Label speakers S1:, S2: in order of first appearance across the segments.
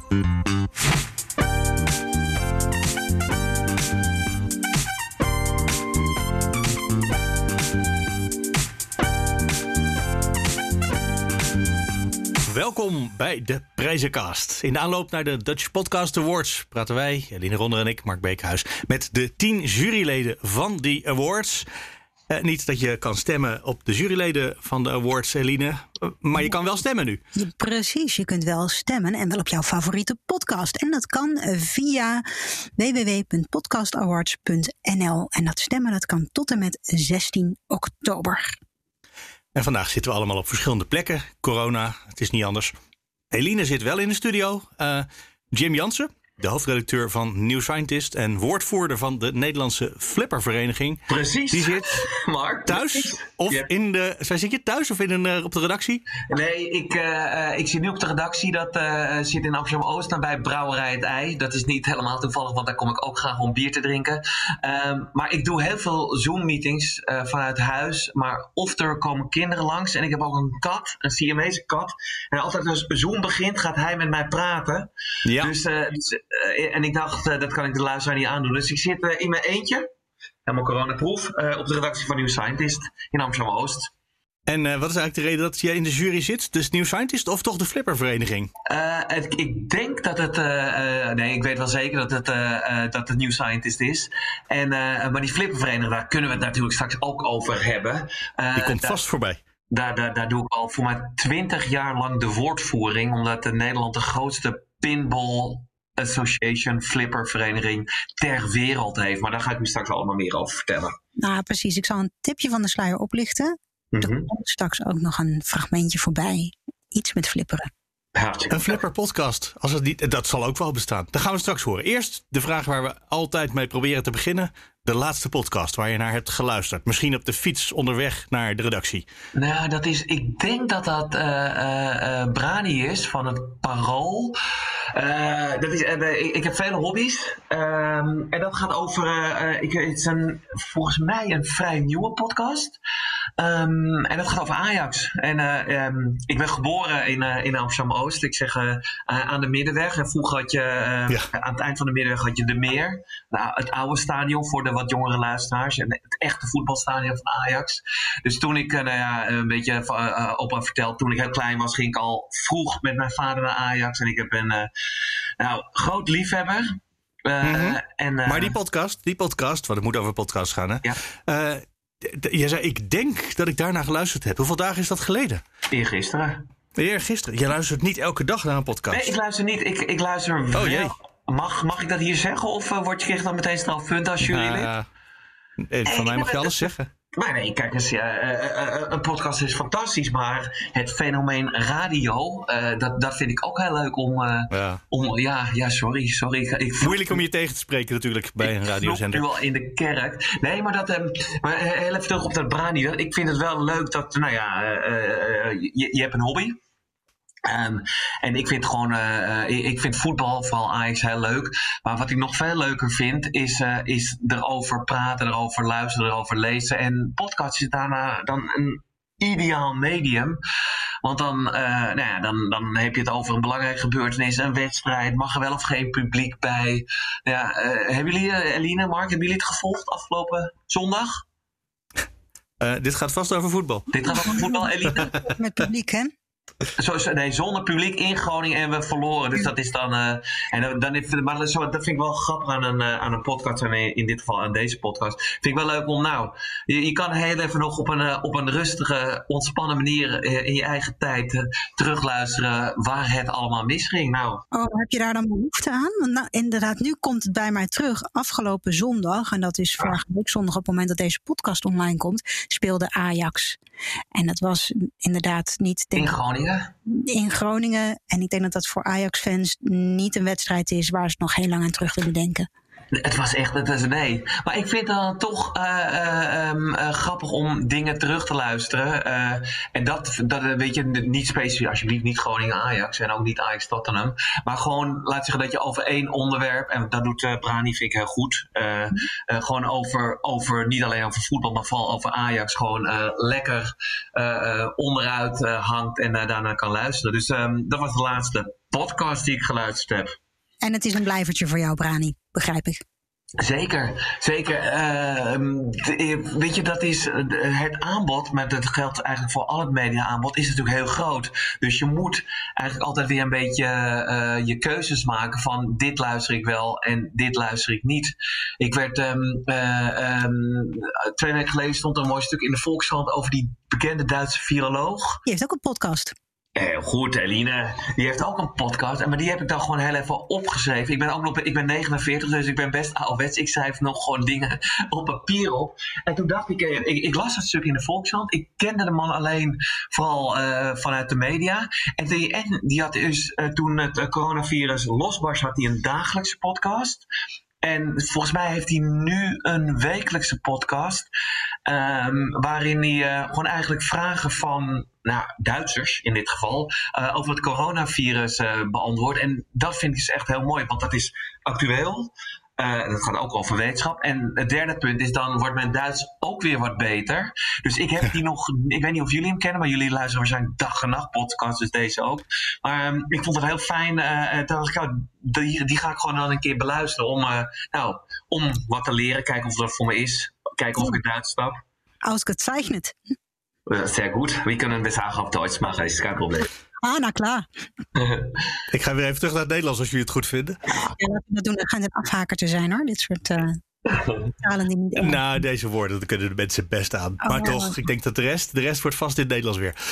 S1: Welkom bij de Prijzencast. In de aanloop naar de Dutch Podcast Awards praten wij, Eline Ronder en ik, Mark Beekhuis, met de 10 juryleden van die awards. Niet dat je kan stemmen op de juryleden van de awards, Eline, maar je kan wel stemmen nu.
S2: Precies, je kunt wel stemmen en wel op jouw favoriete podcast. En dat kan via www.podcastawards.nl. En dat stemmen dat kan tot en met 16 oktober.
S1: En vandaag zitten we allemaal op verschillende plekken. Corona, het is niet anders. Eline zit wel in de studio. Jim Jansen, de hoofdredacteur van New Scientist en woordvoerder van de Nederlandse Flippervereniging.
S3: Precies.
S1: Die zit
S3: Mark,
S1: thuis
S3: precies.
S1: of
S3: Yep.
S1: Zit je thuis of op de redactie?
S3: Nee, ik zit nu op de redactie. Dat zit in Amsterdam-Oost nabij Brouwerij Het Ei. Dat is niet helemaal toevallig, want daar kom ik ook graag om bier te drinken. Maar ik doe heel veel Zoom-meetings vanuit huis. Maar of er komen kinderen langs. En ik heb ook een kat, een Siamese kat. En altijd als Zoom begint, gaat hij met mij praten.
S1: Ja.
S3: En ik dacht, dat kan ik de luisteraar niet aandoen. Dus ik zit in mijn eentje, helemaal coronaproof, op de redactie van New Scientist in Amsterdam-Oost.
S1: En wat is eigenlijk de reden dat je in de jury zit? Dus New Scientist of toch de Flippervereniging?
S3: Ik denk dat het... nee, ik weet wel zeker dat het New Scientist is. Maar die Flippervereniging, daar kunnen we het natuurlijk straks ook over hebben.
S1: Die komt vast voorbij.
S3: Daar doe ik al voor mij 20 jaar lang de woordvoering. Omdat in Nederland de grootste pinball Association Flippervereniging ter wereld heeft. Maar daar ga ik u straks allemaal meer over vertellen.
S2: Nou, precies. Ik zal een tipje van de sluier oplichten. Er komt straks ook nog een fragmentje voorbij. Iets met flipperen.
S3: Hartstikke
S1: Een Flipper podcast, als het niet, dat zal ook wel bestaan. Dat gaan we straks horen. Eerst de vraag waar we altijd mee proberen te beginnen. De laatste podcast waar je naar hebt geluisterd. Misschien op de fiets onderweg naar de redactie.
S3: Nou, ik denk dat Brani is van het Parool. Ik heb vele hobby's. En dat gaat over... het is volgens mij een vrij nieuwe podcast. En dat gaat over Ajax. En ik ben geboren in Amsterdam-Oost. Ik zeg aan de Middenweg. En vroeger had je... Aan het eind van de Middenweg had je de Meer. Nou, het oude stadion voor de wat jongere luisteraars. En het echte voetbalstadion van Ajax. Dus toen ik een beetje op heb verteld. Toen ik heel klein was, ging ik al vroeg met mijn vader naar Ajax. En ik ben groot liefhebber.
S1: Maar die podcast, want het moet over podcasts gaan, hè?
S3: Ja.
S1: Je zei, ik denk dat ik daarna geluisterd heb. Hoeveel dagen is dat geleden?
S3: Eergisteren.
S1: Eergisteren. Je luistert niet elke dag naar een podcast.
S3: Nee, ik luister niet. Ik luister wel.
S1: Jee.
S3: Mag ik dat hier zeggen? Of krijg je dan meteen strafpunten als jurylid?
S1: Van mij mag je alles zeggen.
S3: Maar nee, kijk eens, een podcast is fantastisch, maar het fenomeen radio, dat vind ik ook heel leuk sorry.
S1: Moeilijk om je tegen te spreken natuurlijk bij een radiozender.
S3: Ik nu al in de kerk. Nee, maar maar heel even terug op dat Brani. Ik vind het wel leuk dat, je hebt een hobby. En ik vind ik vind voetbal, vooral Ajax, heel leuk. Maar wat ik nog veel leuker vind, is erover praten, erover luisteren, erover lezen. En podcast is daarna dan een ideaal medium. Want dan heb je het over een belangrijke gebeurtenis, een wedstrijd. Mag er wel of geen publiek bij? Hebben jullie, Eline, Mark, hebben jullie het gevolgd afgelopen zondag?
S1: Dit gaat vast over voetbal.
S3: Dit gaat over voetbal, Eline?
S2: Met publiek, hè?
S3: Zonder publiek in Groningen en we verloren. Dus dat is dan... maar dat vind ik wel grappig aan een podcast. En in dit geval aan deze podcast. Vind ik wel leuk om je kan heel even nog op een rustige, ontspannen manier in je eigen tijd terugluisteren waar het allemaal misging.
S2: Heb je daar dan behoefte aan? Want inderdaad, nu komt het bij mij terug. Afgelopen zondag, en dat is vorige week zondag op het moment dat deze podcast online komt, speelde Ajax. En dat was inderdaad niet...
S3: In Groningen?
S2: In Groningen. En ik denk dat dat voor Ajax-fans niet een wedstrijd is waar ze nog heel lang aan terug willen denken.
S3: Het was echt, nee. Maar ik vind het dan toch grappig om dingen terug te luisteren. En dat weet je, niet specifiek, alsjeblieft niet Groningen-Ajax en ook niet Ajax-Tottenham. Maar gewoon, laat zeggen dat je over één onderwerp, en dat doet Brani, vind ik heel goed. Gewoon over, niet alleen over voetbal, maar vooral over Ajax, gewoon lekker onderuit hangt en daarna kan luisteren. Dus dat was de laatste podcast die ik geluisterd heb.
S2: En het is een blijvertje voor jou, Brani, begrijp ik.
S3: Zeker. Weet je, dat is het aanbod, maar dat geldt eigenlijk voor al het media-aanbod, is natuurlijk heel groot. Dus je moet eigenlijk altijd weer een beetje je keuzes maken van dit luister ik wel en dit luister ik niet. Ik werd 2 weken geleden stond er een mooi stuk in de Volkskrant over die bekende Duitse viroloog.
S2: Die heeft ook een podcast.
S3: Goed, Eline. Die heeft ook een podcast. Maar die heb ik dan gewoon heel even opgeschreven. Ik ben 49, dus ik ben best ouderwets. Ik schrijf nog gewoon dingen op papier op. En toen dacht ik las dat stuk in de Volkskrant. Ik kende de man alleen vooral vanuit de media. En die had dus toen het coronavirus losbarst, had hij een dagelijkse podcast. En volgens mij heeft hij nu een wekelijkse podcast. Waarin hij gewoon eigenlijk vragen van Duitsers in dit geval over het coronavirus beantwoordt. En dat vind ik dus echt heel mooi, want dat is actueel. Dat gaat ook over wetenschap. En het derde punt is, dan wordt mijn Duits ook weer wat beter. Dus ik heb die nog, ik weet niet of jullie hem kennen, maar jullie luisteren waarschijnlijk dag en nacht podcast, dus deze ook. Maar ik vond het heel fijn. Die ga ik gewoon dan een keer beluisteren om wat te leren. Kijken of dat voor me is. Kijken of ik het Duits snap.
S2: Ausgezeichnet.
S3: Sehr gut. We kunnen het sagen op Duits maken, is geen probleem.
S2: Nou klaar.
S1: Ik ga weer even terug naar het Nederlands als jullie het goed vinden.
S2: Ja, laten we dat doen. Dan gaan het afhaker te zijn hoor. Dit soort talen die niet...
S1: Nou, deze woorden, dat kunnen de mensen best aan. Maar toch, ik denk dat de rest wordt vast in het Nederlands weer.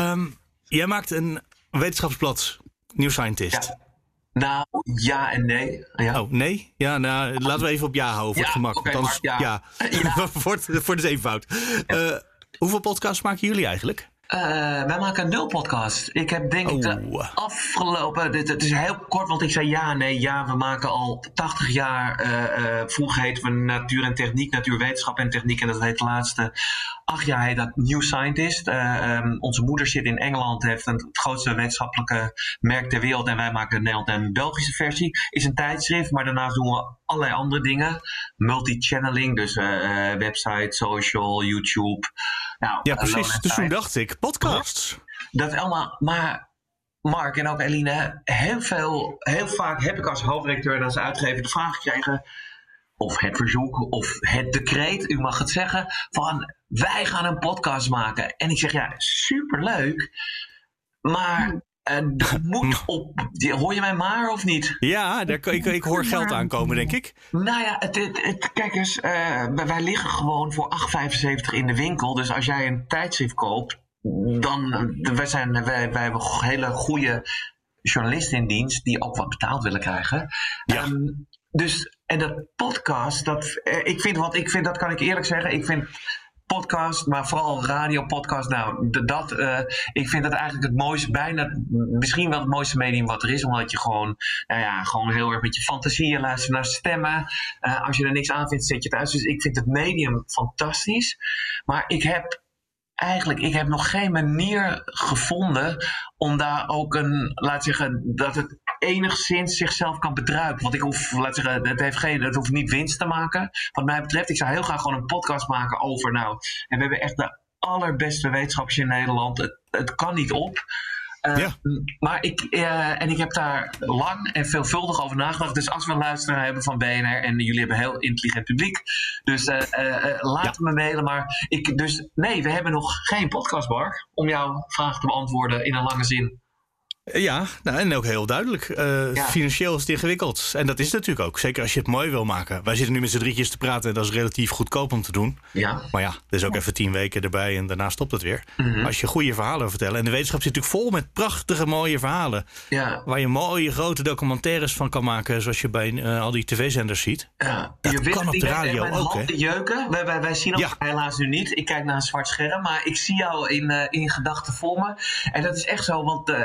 S1: Jij maakt een wetenschapsblad, New Scientist.
S3: Ja. Nou, ja en nee. Ja.
S1: Oh, nee? Ja, nou, laten we even op ja houden voor het gemak.
S3: Okay,
S1: want anders, ja. voor de zevenvoud. Hoeveel podcasts maken jullie eigenlijk?
S3: Wij maken 0 podcast. Ik heb denk ik de afgelopen... Het is heel kort, want ik zei we maken al 80 jaar... vroeger heten we natuur en techniek, natuurwetenschap en techniek. En dat heet de laatste 8 jaar heet dat New Scientist. Onze moeder zit in Engeland, heeft het grootste wetenschappelijke merk ter wereld. En wij maken een Nederlandse en een Belgische versie. Is een tijdschrift, maar daarnaast doen we allerlei andere dingen. Multi-channeling, dus website, social, YouTube... Nou,
S1: ja, precies. Dus toen dacht ik, podcasts.
S3: Dat allemaal, maar Mark en ook Eline, heel vaak heb ik als hoofdredacteur en als uitgever de vraag gekregen, of het verzoek, of het decreet, u mag het zeggen, van wij gaan een podcast maken. En ik zeg, ja, superleuk, maar... moet op. Hoor je mij maar of niet?
S1: Ja, ik hoor geld aankomen, denk ik.
S3: Nou ja, kijk eens, wij liggen gewoon voor €8,75 in de winkel. Dus als jij een tijdschrift koopt, dan wij hebben hele goede journalisten in dienst die ook wat betaald willen krijgen.
S1: Ja.
S3: Dus en dat podcast, ik vind dat kan ik eerlijk zeggen, ik vind podcast, maar vooral radiopodcast. Nou, ik vind dat eigenlijk het mooiste, misschien wel het mooiste medium wat er is, omdat je gewoon heel erg met je fantasie luistert naar stemmen. Als je er niks aan vindt, zet je het uit. Dus ik vind het medium fantastisch. Maar ik heb nog geen manier gevonden om daar ook dat het enigszins zichzelf kan bedruipen. Want het hoeft niet winst te maken. Wat mij betreft, ik zou heel graag gewoon een podcast maken over, en we hebben echt de allerbeste wetenschappers in Nederland. Het kan niet op. Maar ik heb daar lang en veelvuldig over nagedacht. Dus als we een luisteraar hebben van BNR en jullie hebben een heel intelligent publiek, dus laat me mailen. Maar we hebben nog geen podcast, Mark, om jouw vraag te beantwoorden in een lange zin.
S1: Ja, en ook heel duidelijk. Financieel is het ingewikkeld. En dat is het natuurlijk ook. Zeker als je het mooi wil maken. Wij zitten nu met z'n drietjes te praten en dat is relatief goedkoop om te doen. Ja. Maar er is ook even 10 weken erbij en daarna stopt het weer. Mm-hmm. Als je goede verhalen wil vertellen. En de wetenschap zit natuurlijk vol met prachtige mooie verhalen. Ja. Waar je mooie grote documentaires van kan maken. Zoals je bij al die tv-zenders ziet. Ja. Dat kan op de radio ook.
S3: Handen jeuken. Wij zien elkaar helaas nu niet. Ik kijk naar een zwart scherm. Maar ik zie jou in gedachten voor me. En dat is echt zo. Want ik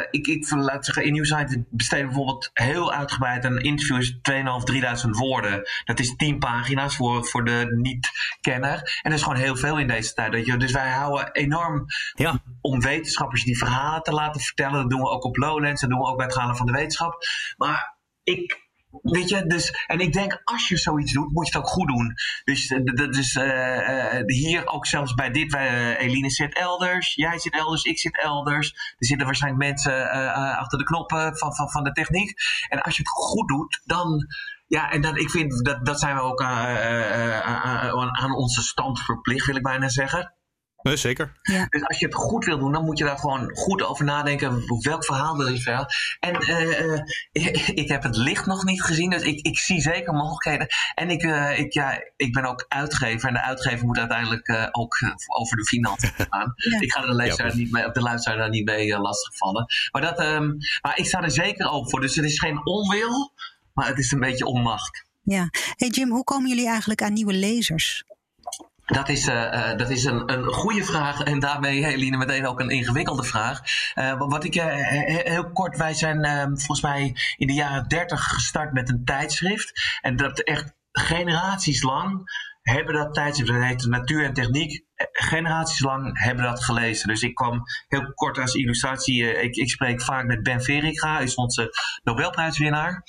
S3: laat zeggen, in New Scientist besteden bijvoorbeeld heel uitgebreid een interview is 2.500-3.000 woorden. Dat is 10 pagina's voor de niet-kenner. En dat is gewoon heel veel in deze tijd. Weet je? Dus wij houden enorm om wetenschappers die verhalen te laten vertellen. Dat doen we ook op Lowlands, dat doen we ook bij het Gala van de Wetenschap. Maar weet je, dus, en ik denk, als je zoiets doet, moet je het ook goed doen. Dus hier ook zelfs bij dit, Eline zit elders, jij zit elders, ik zit elders. Er zitten waarschijnlijk mensen achter de knoppen van de techniek. En als je het goed doet, dan... Ja, en ik vind dat zijn we ook aan onze stand verplicht, wil ik bijna zeggen.
S1: Nee, zeker.
S2: Ja.
S3: Dus als je het goed wil doen, dan moet je daar gewoon goed over nadenken. Welk verhaal wil je vertellen? En ik heb het licht nog niet gezien, dus ik zie zeker mogelijkheden. En ik ben ook uitgever. En de uitgever moet uiteindelijk ook over de financiën gaan. Ja. Ik ga de luisteraar daar niet mee lastigvallen. Maar ik sta er zeker open voor. Dus het is geen onwil, maar het is een beetje onmacht.
S2: Ja. Hey Jim, hoe komen jullie eigenlijk aan nieuwe lezers?
S3: Dat is een goede vraag en daarmee, Eline, meteen ook een ingewikkelde vraag. Wat ik heel kort, wij zijn volgens mij in de jaren 30 gestart met een tijdschrift. En dat echt generaties lang hebben dat tijdschrift, dat heet Natuur en Techniek, generaties lang hebben dat gelezen. Dus ik kwam heel kort als illustratie, ik spreek vaak met Ben Veriga, is onze Nobelprijswinnaar.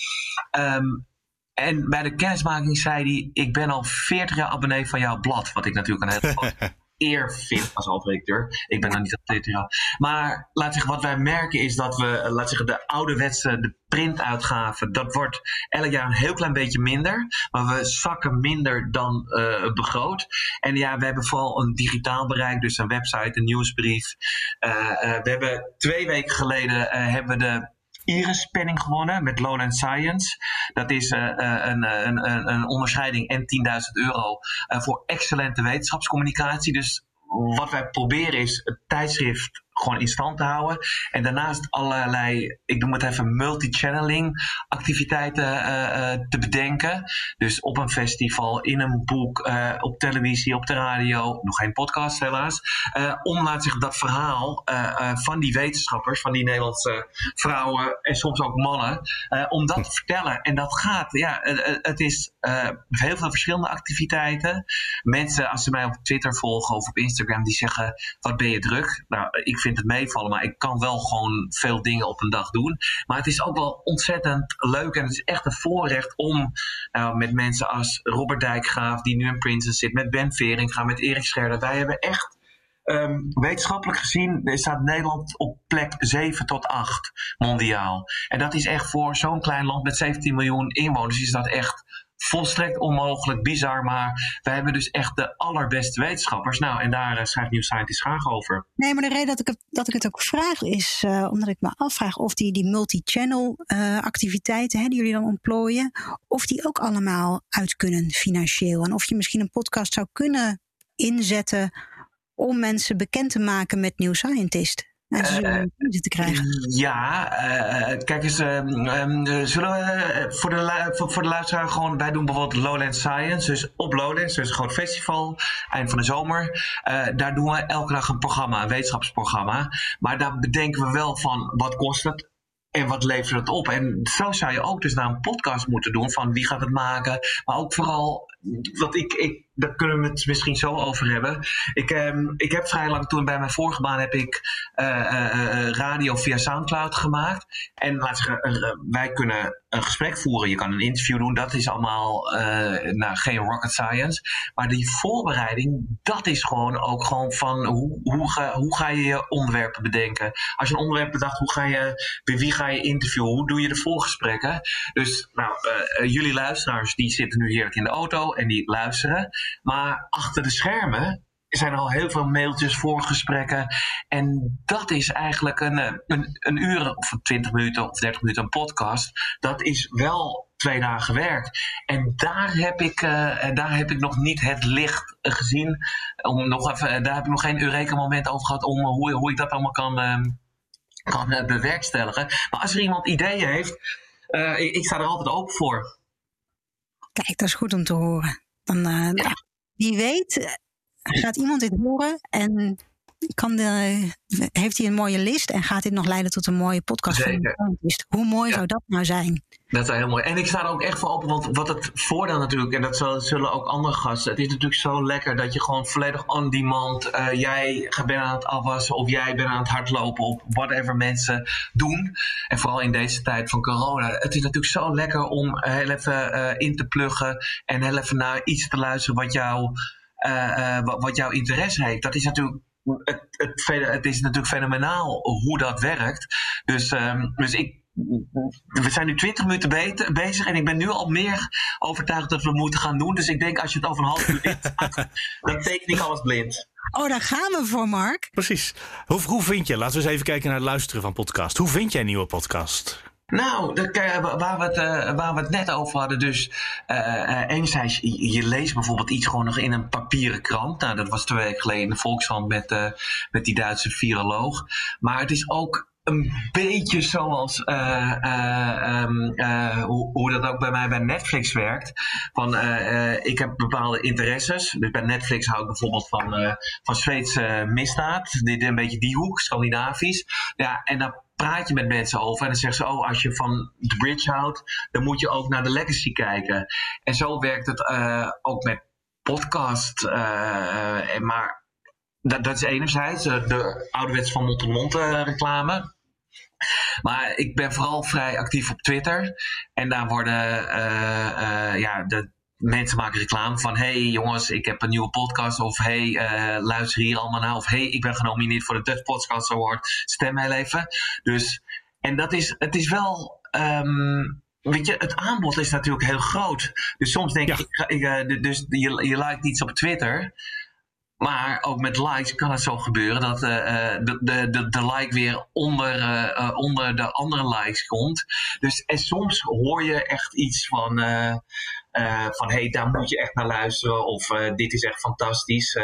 S3: En bij de kennismaking zei hij, ik ben al 40 jaar abonnee van jouw blad. Wat ik natuurlijk een hele grote eer vind als hoofdredacteur. Ik ben nog niet al 40 jaar. Maar wat wij merken is dat we, de ouderwetse, de printuitgaven, dat wordt elk jaar een heel klein beetje minder. Maar we zakken minder dan begroot. En ja, we hebben vooral een digitaal bereik, dus een website, een nieuwsbrief. We hebben 2 weken geleden hebben we de Iris-penning gewonnen met Lowlands Science. Dat is een onderscheiding en €10.000 voor excellente wetenschapscommunicatie. Dus wat wij proberen is het tijdschrift gewoon in stand te houden. En daarnaast allerlei, ik noem het even multi-channeling activiteiten te bedenken. Dus op een festival, in een boek, op televisie, op de radio. Nog geen podcast helaas. Om dat verhaal van die wetenschappers, van die Nederlandse vrouwen en soms ook mannen, om dat te vertellen. En dat gaat, het is heel veel verschillende activiteiten. Mensen, als ze mij op Twitter volgen of op Instagram, die zeggen, wat ben je druk? Nou, ik vind het meevallen, maar ik kan wel gewoon veel dingen op een dag doen. Maar het is ook wel ontzettend leuk en het is echt een voorrecht om met mensen als Robert Dijkgraaf, die nu in Princeton zit, met Ben Veriga, met Erik Scherder. Wij hebben echt wetenschappelijk gezien staat Nederland op plek 7 tot 8 mondiaal. En dat is echt voor zo'n klein land met 17 miljoen inwoners is dat echt volstrekt onmogelijk, bizar, maar wij hebben dus echt de allerbeste wetenschappers. Nou, en daar schrijft New Scientist graag over.
S2: Nee, maar de reden dat ik het ook vraag is omdat ik me afvraag of die multi-channel activiteiten die jullie dan ontplooien, of die ook allemaal uit kunnen financieel. En of je misschien een podcast zou kunnen inzetten om mensen bekend te maken met New Scientist. En ze zullen te krijgen.
S3: Kijk eens, zullen we voor de luisteraar gewoon, wij doen bijvoorbeeld Lowlands Science, dus op Lowlands, dus een groot festival, eind van de zomer. Daar doen we elke dag een programma, een wetenschapsprogramma. Maar daar bedenken we wel van, wat kost het? En wat levert het op? En zo zou je ook dus naar een podcast moeten doen van wie gaat het maken. Maar ook vooral, daar kunnen we het misschien zo over hebben. Ik heb vrij lang, toen bij mijn vorige baan heb ik radio via Soundcloud gemaakt. En wij kunnen een gesprek voeren. Je kan een interview doen. Dat is allemaal geen rocket science. Maar die voorbereiding, dat is gewoon van hoe ga je je onderwerpen bedenken? Als je een onderwerp bedacht, wie ga je interviewen? Hoe doe je de voorgesprekken? Dus jullie luisteraars, die zitten nu heerlijk in de auto en die luisteren. Maar achter de schermen zijn er al heel veel mailtjes, voorgesprekken. En dat is eigenlijk een uur of 20 minuten of 30 minuten een podcast. Dat is wel 2 dagen werk. En daar heb ik nog niet het licht gezien. Daar heb ik nog geen Eureka-moment over gehad om hoe ik dat allemaal kan bewerkstelligen. Maar als er iemand ideeën heeft, ik sta er altijd open voor.
S2: Kijk, dat is goed om te horen. Dan, wie weet, gaat iemand dit horen en heeft hij een mooie list en gaat dit nog leiden tot een mooie podcast? Hoe mooi zou dat nou zijn?
S3: Dat is heel mooi. En ik sta er ook echt voor open, want wat het voordeel natuurlijk, en dat zullen ook andere gasten, het is natuurlijk zo lekker dat je gewoon volledig on demand, jij bent aan het afwassen of jij bent aan het hardlopen of whatever mensen doen. En vooral in deze tijd van corona. Het is natuurlijk zo lekker om heel even in te pluggen en heel even naar iets te luisteren wat jouw interesse heeft. Dat is natuurlijk het is natuurlijk fenomenaal hoe dat werkt. Dus we zijn nu 20 minuten bezig en ik ben nu al meer overtuigd dat we het moeten gaan doen. Dus ik denk als je het over een half uur dit gaat, dan teken ik alles blind.
S2: Oh, daar gaan we voor, Mark.
S1: Precies. Hoe vind je, laten we eens even kijken naar het luisteren van podcast. Hoe vind jij een nieuwe podcast?
S3: Nou, waar we het net over hadden, dus enerzijds, je leest bijvoorbeeld iets gewoon nog in een papieren krant. Nou, dat was 2 weken geleden in de Volkskrant met die Duitse viroloog. Maar het is ook een beetje zoals hoe dat ook bij mij bij Netflix werkt. Ik heb bepaalde interesses. Dus bij Netflix hou ik bijvoorbeeld van Zweedse misdaad. Een beetje die hoek, Scandinavisch. Ja, en daar praat je met mensen over. En dan zeggen ze, als je van The Bridge houdt, dan moet je ook naar The Legacy kijken. En zo werkt het ook met podcast. Maar dat is enerzijds de ouderwets van mond-tot-mond reclame. Maar ik ben vooral vrij actief op Twitter. En daar worden de mensen maken reclame van, hey jongens, ik heb een nieuwe podcast. Of hey, luister hier allemaal naar. Of hey, ik ben genomineerd voor de Dutch Podcast Award. Stem heel even. Dus, en het is wel... weet je, het aanbod is natuurlijk heel groot. Dus soms denk ik, dus je liked iets op Twitter. Maar ook met likes kan het zo gebeuren dat de like weer onder de andere likes komt. Dus en soms hoor je echt iets van hey, daar moet je echt naar luisteren. Of dit is echt fantastisch.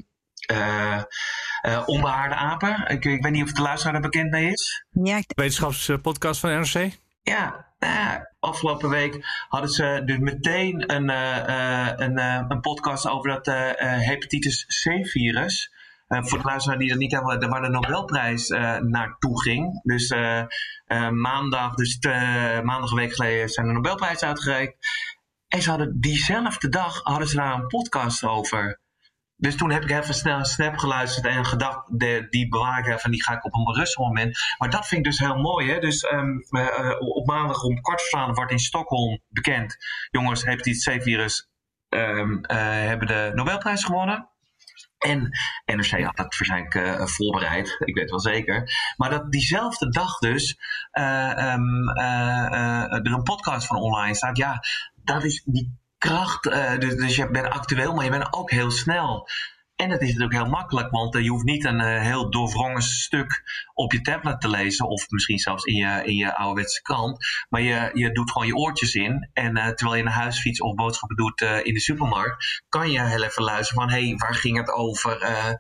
S3: Onbehaarde apen. Ik weet niet of de luisteraar er bekend mee is.
S2: Ja,
S1: Wetenschapspodcast van NRC?
S3: Ja, afgelopen week hadden ze dus meteen een podcast over dat hepatitis C-virus. Voor de luisteraar die dat niet hebben, waar de Nobelprijs naartoe ging. Dus maandag een week geleden zijn de Nobelprijs uitgereikt. En ze hadden diezelfde dag daar een podcast over. Dus toen heb ik even snel een snap geluisterd en gedacht, die bewaar ik even, die ga ik op een berust moment. Maar dat vind ik dus heel mooi. Hè? Dus op maandag om 15:15 wordt in Stockholm bekend. Jongens, hepatitis C-virus hebben de Nobelprijs gewonnen. En NRC had dat waarschijnlijk voorbereid, ik weet wel zeker. Maar dat diezelfde dag dus er een podcast van online staat. Ja, dat is die kracht, dus je bent actueel, maar je bent ook heel snel. En het is natuurlijk heel makkelijk, want je hoeft niet een heel doorwrongen stuk op je tablet te lezen. Of misschien zelfs in je ouderwetse krant. Maar je doet gewoon je oortjes in. En terwijl je naar huis fietst of boodschappen doet in de supermarkt, kan je heel even luisteren van, hey, waar ging het over?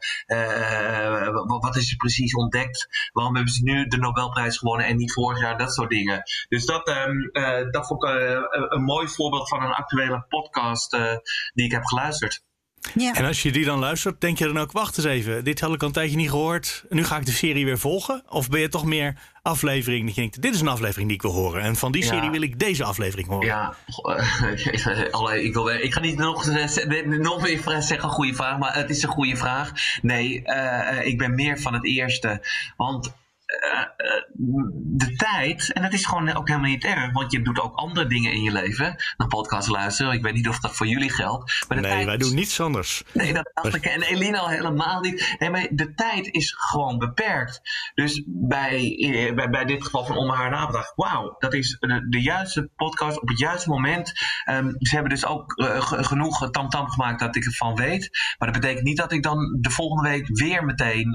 S3: Wat is er precies ontdekt? Waarom hebben ze nu de Nobelprijs gewonnen en niet vorig jaar? Dat soort dingen. Dus dat vond ik een mooi voorbeeld van een actuele podcast die ik heb geluisterd.
S2: Ja.
S1: En als je die dan luistert, denk je dan ook, wacht eens even, dit had ik al een tijdje niet gehoord. Nu ga ik de serie weer volgen? Of ben je toch meer aflevering dat je denkt, dit is een aflevering die ik wil horen. En van die serie wil ik deze aflevering horen.
S3: Ja, ik ga niet nog weer zeggen goede vraag, maar het is een goede vraag. Nee, ik ben meer van het eerste. Want de tijd, en dat is gewoon ook helemaal niet erg, want je doet ook andere dingen in je leven dan podcast luisteren. Ik weet niet of dat voor jullie geldt. Maar
S1: wij doen niets anders.
S3: Nee, dat dacht ik. En Eline al helemaal niet. Nee, maar de tijd is gewoon beperkt. Dus bij dit geval van Onbehaarde Apen dacht ik, wauw, dat is de juiste podcast op het juiste moment. Ze hebben dus ook genoeg tamtam gemaakt dat ik ervan weet. Maar dat betekent niet dat ik dan de volgende week weer meteen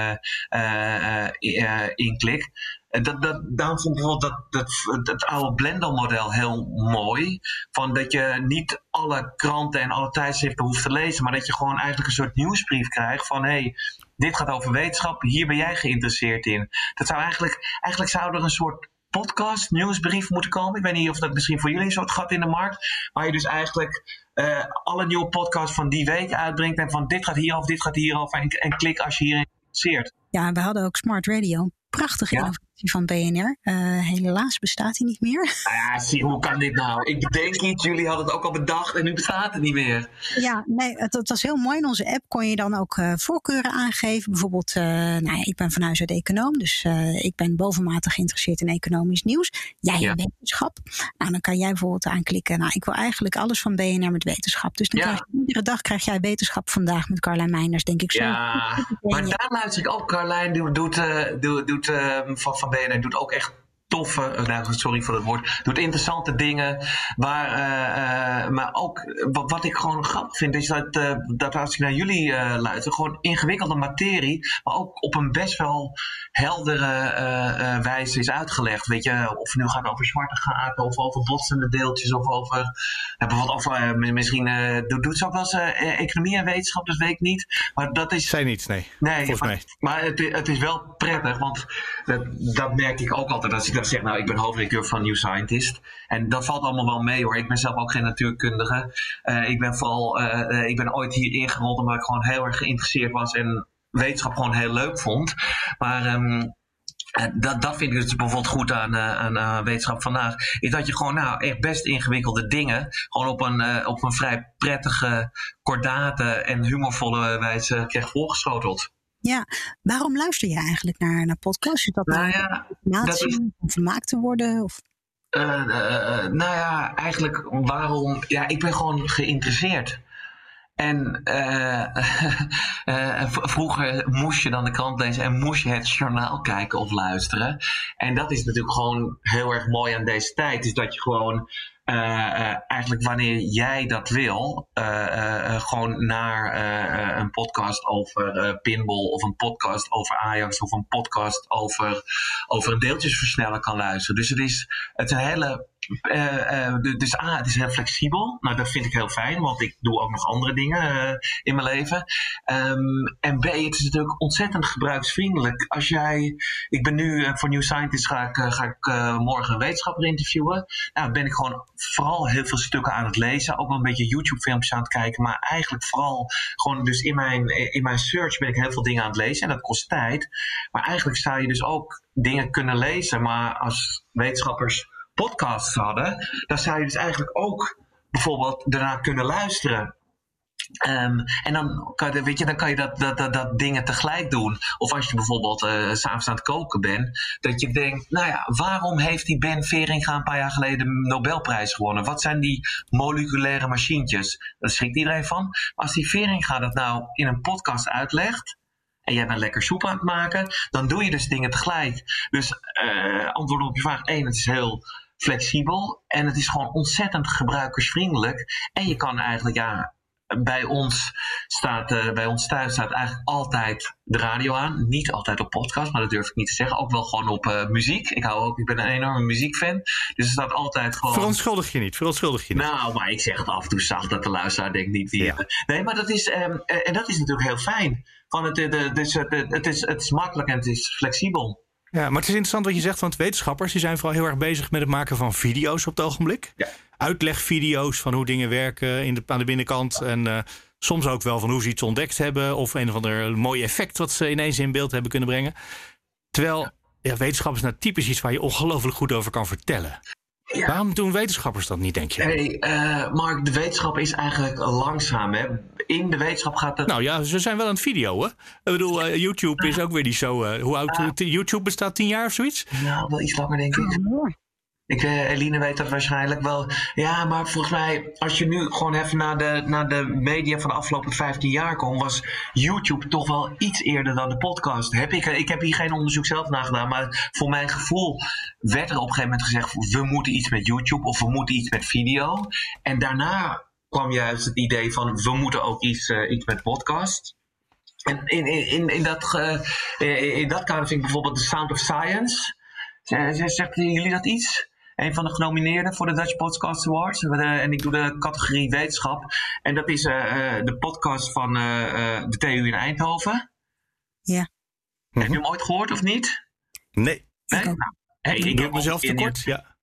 S3: inklik. Daarom vond ik bijvoorbeeld dat oude Blendel-model heel mooi. Van dat je niet alle kranten en alle tijdschriften hoeft te lezen, maar dat je gewoon eigenlijk een soort nieuwsbrief krijgt van, hey, dit gaat over wetenschap, hier ben jij geïnteresseerd in. Dat zou eigenlijk zou er een soort podcast, nieuwsbrief moeten komen. Ik weet niet of dat misschien voor jullie een soort gat in de markt, waar je dus eigenlijk alle nieuwe podcasts van die week uitbrengt en van dit gaat hierover en klik als je hierin geïnteresseerd.
S2: Ja, we hadden ook Smart Radio. Prachtige innovatie van BNR. Helaas bestaat die niet meer.
S3: Nou ja, zie, hoe kan dit nou? Ik bedenk iets, jullie hadden het ook al bedacht en nu bestaat het niet meer.
S2: Ja, nee, het was heel mooi. In onze app kon je dan ook voorkeuren aangeven. Bijvoorbeeld, ik ben van huis uit econoom. Dus ik ben bovenmatig geïnteresseerd in economisch nieuws. Jij in wetenschap. Nou, dan kan jij bijvoorbeeld aanklikken. Nou, ik wil eigenlijk alles van BNR met wetenschap. Dus dan krijg je, iedere dag krijg jij wetenschap vandaag met Carlijn Meinders, denk ik zo.
S3: Ja, maar daar luister ik ook. Carlijn doet van BNR doet ook echt toffe, sorry voor het woord, doet interessante dingen. Maar ook wat ik gewoon grappig vind, is dat als ik naar jullie luister, gewoon ingewikkelde materie, maar ook op een best wel heldere wijze is uitgelegd. Weet je, of het nu gaat over zwarte gaten, of over botsende deeltjes, of over bijvoorbeeld misschien doet ze ook wel eens economie en wetenschap, dat weet ik niet. Maar dat is.
S1: Zij niet, nee.
S3: Maar het is wel prettig, want dat merk ik ook altijd als ik dat zeg. Nou, ik ben hoofdredacteur van New Scientist. En dat valt allemaal wel mee hoor. Ik ben zelf ook geen natuurkundige. Ik ben ooit hier ingerold omdat ik gewoon heel erg geïnteresseerd was en wetenschap gewoon heel leuk vond. Maar dat vind ik dus bijvoorbeeld goed aan wetenschap vandaag. Is dat je gewoon echt best ingewikkelde dingen gewoon op een vrij prettige, kordate en humorvolle wijze krijgt voorgeschoteld.
S2: Ja, waarom luister je eigenlijk naar podcasts? Is dat informatie om vermaakt te worden? Of?
S3: Eigenlijk waarom? Ja, ik ben gewoon geïnteresseerd. En vroeger moest je dan de krant lezen en moest je het journaal kijken of luisteren. En dat is natuurlijk gewoon heel erg mooi aan deze tijd. Is dat je gewoon eigenlijk wanneer jij dat wil, gewoon naar een podcast over pinball of een podcast over Ajax of een podcast over een deeltjesversneller kan luisteren. Dus het is een hele. Het is heel flexibel. Nou, dat vind ik heel fijn, want ik doe ook nog andere dingen in mijn leven. En B, het is natuurlijk ontzettend gebruiksvriendelijk. Ik ben nu voor New Scientist ga ik morgen een wetenschapper interviewen. Nou, ben ik gewoon vooral heel veel stukken aan het lezen. Ook wel een beetje YouTube-filmpjes aan het kijken. Maar eigenlijk vooral gewoon dus in mijn search ben ik heel veel dingen aan het lezen. En dat kost tijd. Maar eigenlijk zou je dus ook dingen kunnen lezen. Maar als wetenschappers podcasts hadden, dan zou je dus eigenlijk ook bijvoorbeeld daarna kunnen luisteren. En dan kan je dat dingen tegelijk doen. Of als je bijvoorbeeld 's avonds aan het koken bent, dat je denkt, nou ja, waarom heeft die Ben Veringa een paar jaar geleden de Nobelprijs gewonnen? Wat zijn die moleculaire machientjes? Daar schrikt iedereen van. Maar als die Veringa dat nou in een podcast uitlegt, en jij bent lekker soep aan het maken, dan doe je dus dingen tegelijk. Dus antwoord op je vraag 1, het is heel flexibel en het is gewoon ontzettend gebruikersvriendelijk. En je kan eigenlijk, bij ons thuis staat eigenlijk altijd de radio aan. Niet altijd op podcast, maar dat durf ik niet te zeggen. Ook wel gewoon op muziek. Ik ben een enorme muziekfan. Dus er staat altijd gewoon. Verontschuldig je niet. Nou, maar ik zeg het af en toe zacht dat de luisteraar denkt niet wie. Ja. Nee, maar dat is. En dat is natuurlijk heel fijn. Het is makkelijk en het is flexibel.
S1: Ja, maar het is interessant wat je zegt, want wetenschappers die zijn vooral heel erg bezig met het maken van video's op het ogenblik. Ja. Uitlegvideo's van hoe dingen werken aan de binnenkant. En soms ook wel van hoe ze iets ontdekt hebben. Of een of ander mooi effect wat ze ineens in beeld hebben kunnen brengen. Terwijl wetenschap is nou typisch iets waar je ongelooflijk goed over kan vertellen. Ja. Waarom doen wetenschappers dat niet, denk je?
S3: Mark, de wetenschap is eigenlijk langzaam. Hè? In de wetenschap gaat het.
S1: Nou ja, ze zijn wel aan het video, hè? Ik bedoel, YouTube is ook weer niet zo. Hoe oud YouTube bestaat? 10 jaar of zoiets?
S3: Nou, wel iets langer, denk ik. Eline weet dat waarschijnlijk wel. Ja, maar volgens mij, als je nu gewoon even naar de media van de afgelopen 15 jaar komt, was YouTube toch wel iets eerder dan de podcast. Ik heb hier geen onderzoek zelf naar gedaan, maar voor mijn gevoel werd er op een gegeven moment gezegd, we moeten iets met YouTube of we moeten iets met video. En daarna kwam juist het idee van, we moeten ook iets met podcast. En in dat kader vind ik bijvoorbeeld The Sound of Science. Zeggen jullie dat iets? Een van de genomineerden voor de Dutch Podcast Awards. En ik doe de categorie wetenschap. En dat is de podcast van de TU in Eindhoven.
S2: Ja.
S3: Heb je hem ooit gehoord of niet?
S1: Nee.
S3: Nou,
S1: ik doe mezelf tekort. Ja.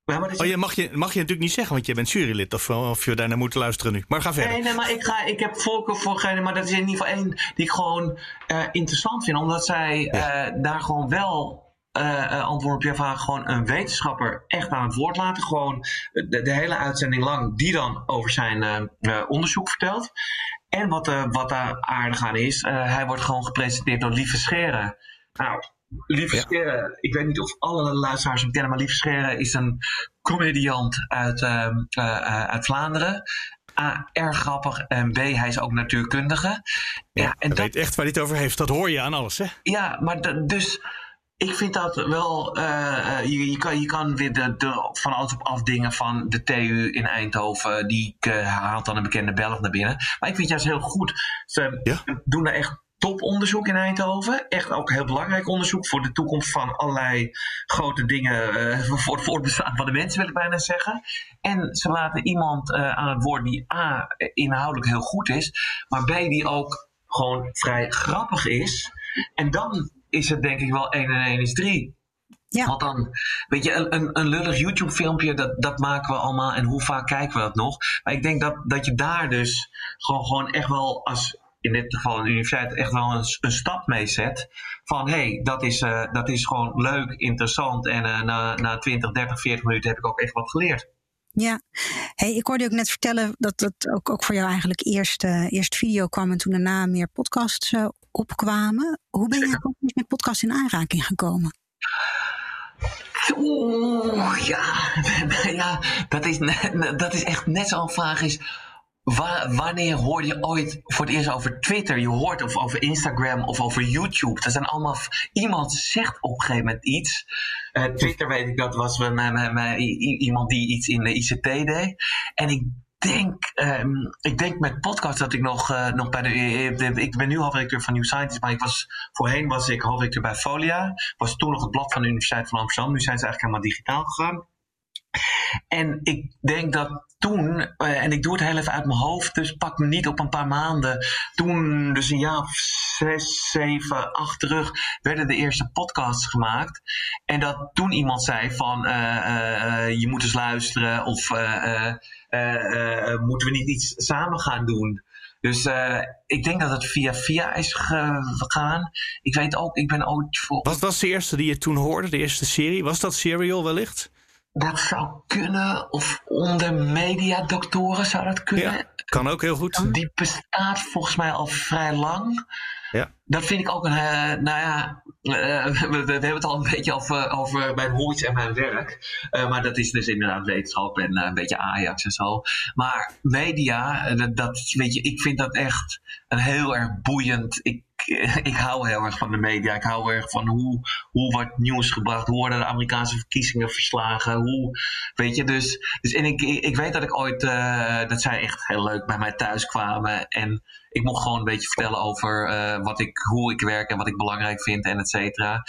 S3: Ja, maar
S1: mag je natuurlijk niet zeggen, want je bent jurylid. Of je daar naar moet luisteren nu. Maar ga verder.
S3: Nee, maar ik heb voorkeur voor degene, maar dat is in ieder geval één die ik gewoon interessant vind. Omdat zij daar gewoon wel antwoord op je vraag, gewoon een wetenschapper echt aan het woord laten. Gewoon de hele uitzending lang, die dan over zijn onderzoek vertelt. En wat daar aardig aan is, hij wordt gewoon gepresenteerd door Lieve Scheren. Nou, Lieve Scheren, ik weet niet of alle luisteraars hem kennen, maar Lieve Scheren is een comediant uit Vlaanderen. A, erg grappig. En B, hij is ook natuurkundige.
S1: Ja, en hij weet echt waar hij het over heeft. Dat hoor je aan alles, hè?
S3: Ja, maar dus ik vind dat wel. Je kan weer van alles op afdingen van de TU in Eindhoven. Die haalt dan een bekende Belg naar binnen. Maar ik vind het juist heel goed. Ze doen daar echt toponderzoek in Eindhoven. Echt ook heel belangrijk onderzoek voor de toekomst van allerlei grote dingen. Voor het voortbestaan van de mensen, wil ik bijna zeggen. En ze laten iemand aan het woord die A, inhoudelijk heel goed is. Maar B, die ook gewoon vrij grappig is. En dan is het denk ik wel 1 en 1 is 3. Ja. Want dan, weet je, een lullig YouTube-filmpje, dat maken we allemaal. En hoe vaak kijken we dat nog? Maar ik denk dat je daar dus gewoon echt wel, als in dit geval een universiteit, echt wel een stap mee zet. Van, dat is gewoon leuk, interessant. En na 20, 30, 40 minuten heb ik ook echt wat geleerd.
S2: Ja, ik hoorde je ook net vertellen dat het ook voor jou eigenlijk eerst video kwam en toen daarna meer podcasts opkwamen. Hoe ben je met podcasts in aanraking gekomen?
S3: Ja, dat is echt net zo'n vraag is. Wanneer hoor je ooit voor het eerst over Twitter? Je hoort of over Instagram of over YouTube. Dat zijn allemaal. Iemand zegt op een gegeven moment iets. Twitter weet ik, dat was iemand die iets in de ICT deed. En ik denk met podcast dat ik nog bij ik ben nu hoofdredacteur van New Scientist, maar voorheen was ik hoofdredacteur bij Folia. Was toen nog het blad van de Universiteit van Amsterdam. Nu zijn ze eigenlijk helemaal digitaal gegaan. En ik denk dat toen, en ik doe het heel even uit mijn hoofd, dus pak me niet op een paar maanden. Toen, dus een jaar of 6, 7, 8 terug, werden de eerste podcasts gemaakt. En dat toen iemand zei van, je moet eens luisteren of moeten we niet iets samen gaan doen? Dus ik denk dat het via is gegaan. Ik weet ook, ik ben ooit voor.
S1: Wat was de eerste die je toen hoorde, de eerste serie? Was dat Serial wellicht?
S3: Dat zou kunnen, of onder mediadoktoren zou dat kunnen.
S1: Ja, kan ook heel goed.
S3: Die bestaat volgens mij al vrij lang. Ja. Dat vind ik ook we hebben het al een beetje over mijn hobby's en mijn werk. Maar dat is dus inderdaad wetenschap en een beetje Ajax en zo. Maar media, weet je, ik vind dat echt een heel erg boeiend. Ik hou heel erg van de media. Ik hou erg van hoe wordt nieuws gebracht. Hoe worden de Amerikaanse verkiezingen verslagen. Weet je, dus en ik weet dat ik ooit, dat zij echt heel leuk bij mij thuis kwamen. En ik mocht gewoon een beetje vertellen over hoe ik werk en wat ik belangrijk vind en et cetera.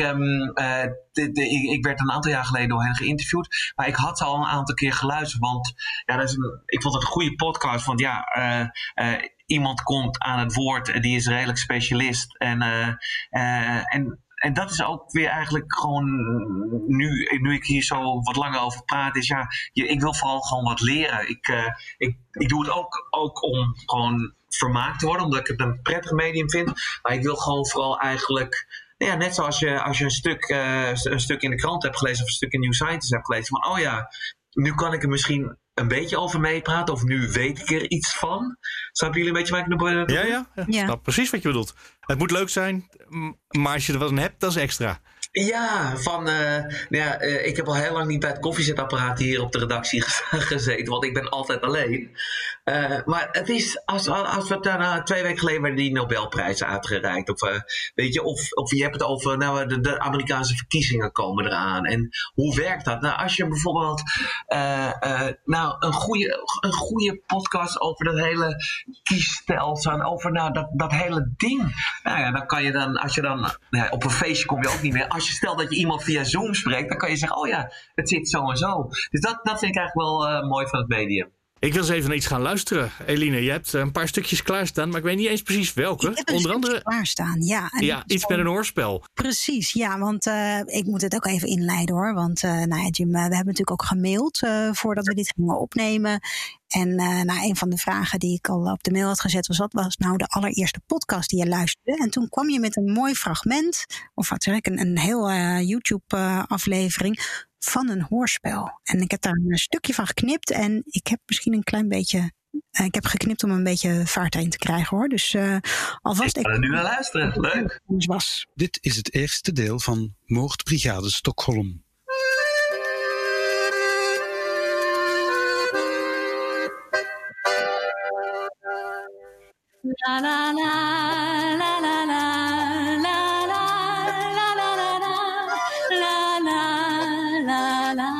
S3: Ik werd een aantal jaar geleden door hen geïnterviewd. Maar ik had ze al een aantal keer geluisterd. Want ik vond het een goede podcast. Want iemand komt aan het woord, die is redelijk specialist. En dat is ook weer eigenlijk gewoon, nu ik hier zo wat langer over praat, is ik wil vooral gewoon wat leren. Ik doe het ook om gewoon vermaakt te worden, omdat ik het een prettig medium vind. Maar ik wil gewoon vooral eigenlijk, net zoals als je een stuk in de krant hebt gelezen of een stuk in New Scientist hebt gelezen, van nu kan ik er misschien een beetje over meepraten, of nu weet ik er iets van. Snappen jullie een beetje waar ik naar bedoel?
S1: Ja. Snap precies wat je bedoelt. Het moet leuk zijn, maar als je er wat aan hebt, dat is extra.
S3: Ja, ik heb al heel lang niet bij het koffiezetapparaat hier op de redactie gezeten, want ik ben altijd alleen. Maar het is, als we daarna 2 weken geleden werden die Nobelprijzen uitgereikt. Of je hebt het over, de Amerikaanse verkiezingen komen eraan. En hoe werkt dat? Nou, als je bijvoorbeeld een goede podcast over dat hele kiesstelsel, over dat hele ding. Dan kan je dan, als je dan, op een feestje kom je ook niet meer. Als je stelt dat je iemand via Zoom spreekt, dan kan je zeggen, het zit zo en zo. Dus dat vind ik eigenlijk wel mooi van het medium.
S1: Ik wil eens even naar iets gaan luisteren. Eline, je hebt een paar stukjes klaarstaan, maar ik weet niet eens precies welke.
S2: Ik heb
S1: Onder andere
S2: klaarstaan, ja. En
S1: ja, iets met een hoorspel.
S2: Precies, ja, want ik moet het ook even inleiden hoor. Want Jim, we hebben natuurlijk ook gemaild voordat we dit gingen opnemen. En een van de vragen die ik al op de mail had gezet was: wat was nou de allereerste podcast die je luisterde? En toen kwam je met een mooi fragment, of wat zeg ik, een heel YouTube-aflevering van een hoorspel. En ik heb daar een stukje van geknipt en ik heb misschien een klein beetje. Ik heb geknipt om een beetje vaart heen te krijgen hoor. Dus alvast.
S3: Ik ga er nu naar luisteren. Leuk.
S2: Was.
S4: Dit is het eerste deel van Moordbrigade Stockholm.
S5: La la la la la la la la la la la la la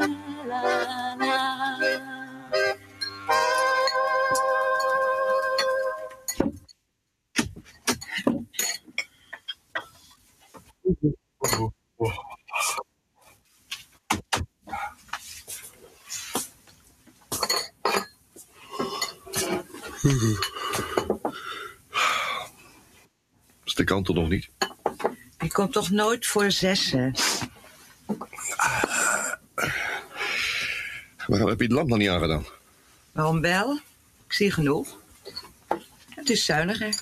S6: Is de kant er nog niet?
S7: Je komt toch nooit voor 6:00?
S6: Waarom heb je het lamp nog niet aangedaan?
S7: Waarom wel? Ik zie genoeg. Het is zuiniger.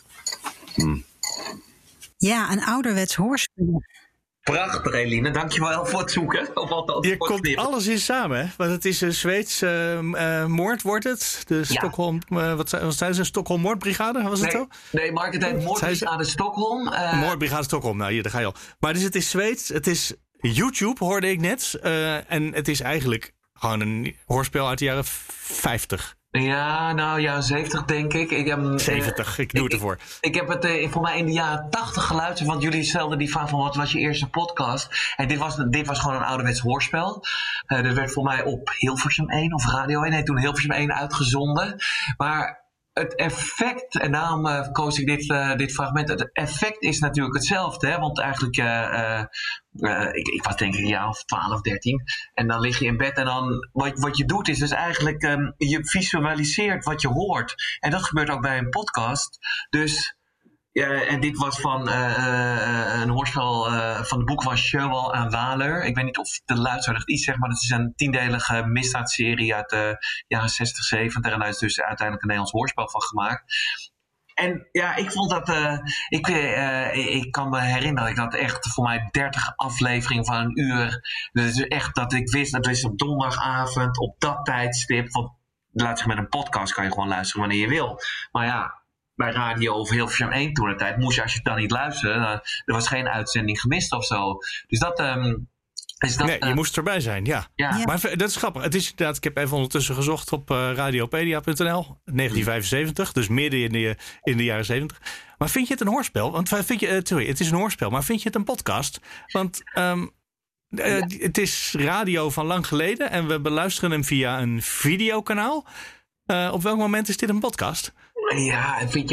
S2: Ja, een ouderwets hoorspel.
S3: Prachtig, Eline. Dankjewel voor het zoeken. Of althans,
S1: Hier
S3: voor het
S1: komt
S3: knippen.
S1: alles in samen, hè? Want het is een Zweedse moord, wordt het. De Stockholm, wat zei ze? Stockholm Moordbrigade, was het zo?
S3: Nee, Mark, het heet Moordbrigade Stockholm.
S1: Moordbrigade Stockholm, nou hier, daar ga je al. Maar dus het is Zweeds, het is YouTube, hoorde ik net. En het is eigenlijk gewoon een hoorspel uit de jaren 50.
S3: Ja, nou ja, 70 denk ik.
S1: 70, ik doe het ervoor.
S3: Ik heb het voor mij in de jaren 80 geluisterd, want jullie stelden die vraag van wat was je eerste podcast? En dit was gewoon een ouderwets hoorspel. Dat werd voor mij op Hilversum 1 of Radio 1, toen Hilversum 1 uitgezonden. Maar het effect, en daarom koos ik dit fragment, het effect is natuurlijk hetzelfde. Hè? Want eigenlijk, ik was denk ik een jaar of 12, 13. En dan lig je in bed en dan, wat je doet is dus eigenlijk, je visualiseert wat je hoort. En dat gebeurt ook bij een podcast. Dus, en dit was van een hoorspel van het boek van Sjöwall en Waler. Ik weet niet of de luisteraar iets zegt, maar het is een 10-delige misdaadserie uit de jaren 60, 70. En daar is dus uiteindelijk een Nederlands hoorspel van gemaakt. En ja, ik vond dat. Ik kan me herinneren dat ik dat echt voor mij 30 afleveringen van een uur. Dus echt dat ik wist, dat is op donderdagavond op dat tijdstip. Want laat zich met een podcast kan je gewoon luisteren wanneer je wil. Maar ja, bij Radio of Hilversum 1 toen de tijd moest je, als je het dan niet luisterde, er was geen uitzending gemist of zo. Dus dat.
S1: Nee, je moest erbij zijn, ja. Maar dat is grappig. Het is inderdaad, ik heb even ondertussen gezocht op radiopedia.nl, 1975, dus midden in de jaren 70. Maar vind je het een hoorspel? Want het is een hoorspel, maar vind je het een podcast? Want het is radio van lang geleden en we beluisteren hem via een videokanaal. Op welk moment is dit een podcast?
S3: Ja, vind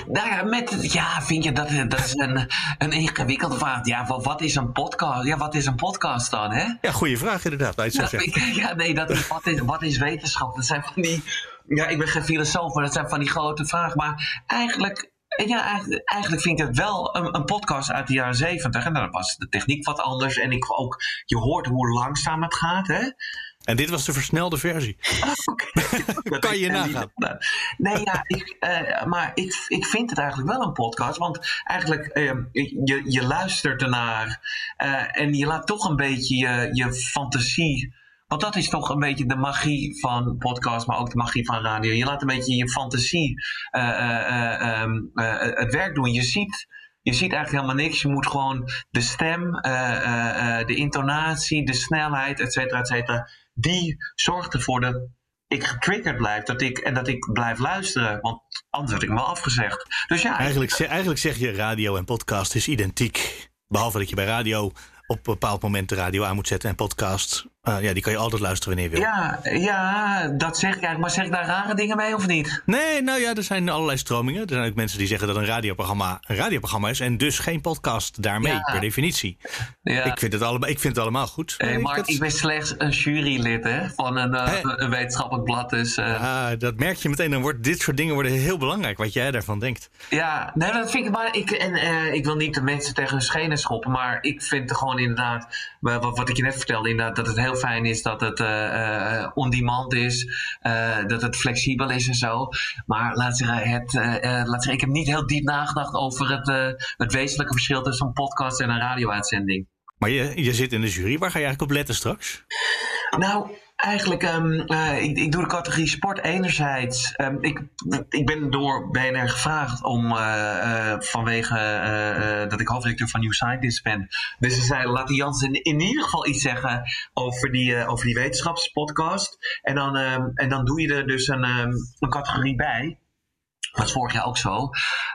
S3: je dat is een ingewikkelde vraag. Ja, wat is een podcast? Ja, wat is een podcast dan, hè?
S1: Ja, goede vraag inderdaad.
S3: Wat is wetenschap? Dat zijn van die. Ja, ik ben geen filosoof, maar dat zijn van die grote vragen. Maar eigenlijk vind ik het wel een podcast uit de jaren 70. En dan was de techniek wat anders. En je hoort hoe langzaam het gaat, hè?
S1: En dit was de versnelde versie.
S3: Okay.
S1: Kan je nagaan.
S3: Nee, ja, maar ik vind het eigenlijk wel een podcast. Want eigenlijk, je luistert ernaar. En je laat toch een beetje je fantasie. Want dat is toch een beetje de magie van podcast, maar ook de magie van radio. Je laat een beetje je fantasie het werk doen. Je ziet eigenlijk helemaal niks. Je moet gewoon de stem, de intonatie, de snelheid, et cetera, die zorgt ervoor dat ik getriggerd blijf. Dat ik blijf luisteren. Want anders had ik me al afgezegd. Dus ja.
S1: Eigenlijk zeg je radio en podcast is identiek. Behalve dat je bij radio op een bepaald moment de radio aan moet zetten en podcast Die kan je altijd luisteren wanneer je wil.
S3: Ja, dat zeg ik eigenlijk. Maar zeg ik daar rare dingen mee of niet?
S1: Nee, er zijn allerlei stromingen. Er zijn ook mensen die zeggen dat een radioprogramma is... en dus geen podcast daarmee, per definitie. Ja. Ik vind het allemaal goed.
S3: Mark, ik ben slechts een jurylid van een wetenschappelijk blad. Dus,
S1: dat merk je meteen. Dit soort dingen worden heel belangrijk, wat jij daarvan denkt.
S3: Ja, nee, dat vind ik... Maar ik wil niet de mensen tegen hun schenen schoppen... maar ik vind gewoon inderdaad... wat ik je net vertelde, inderdaad, dat het heel fijn is dat het on-demand is, dat het flexibel is en zo. Maar laat zeggen, ik heb niet heel diep nagedacht over het wezenlijke verschil tussen een podcast en een radio-uitzending.
S1: Maar je zit in de jury, waar ga je eigenlijk op letten straks?
S3: Nou, eigenlijk, ik doe de categorie sport enerzijds. Ik ben door BNR gevraagd om, vanwege dat ik hoofdredacteur van New Scientist ben. Dus ze zeiden, laat Jansen in ieder geval iets zeggen over die wetenschapspodcast. En dan doe je er dus een categorie bij. Dat was vorig jaar ook zo.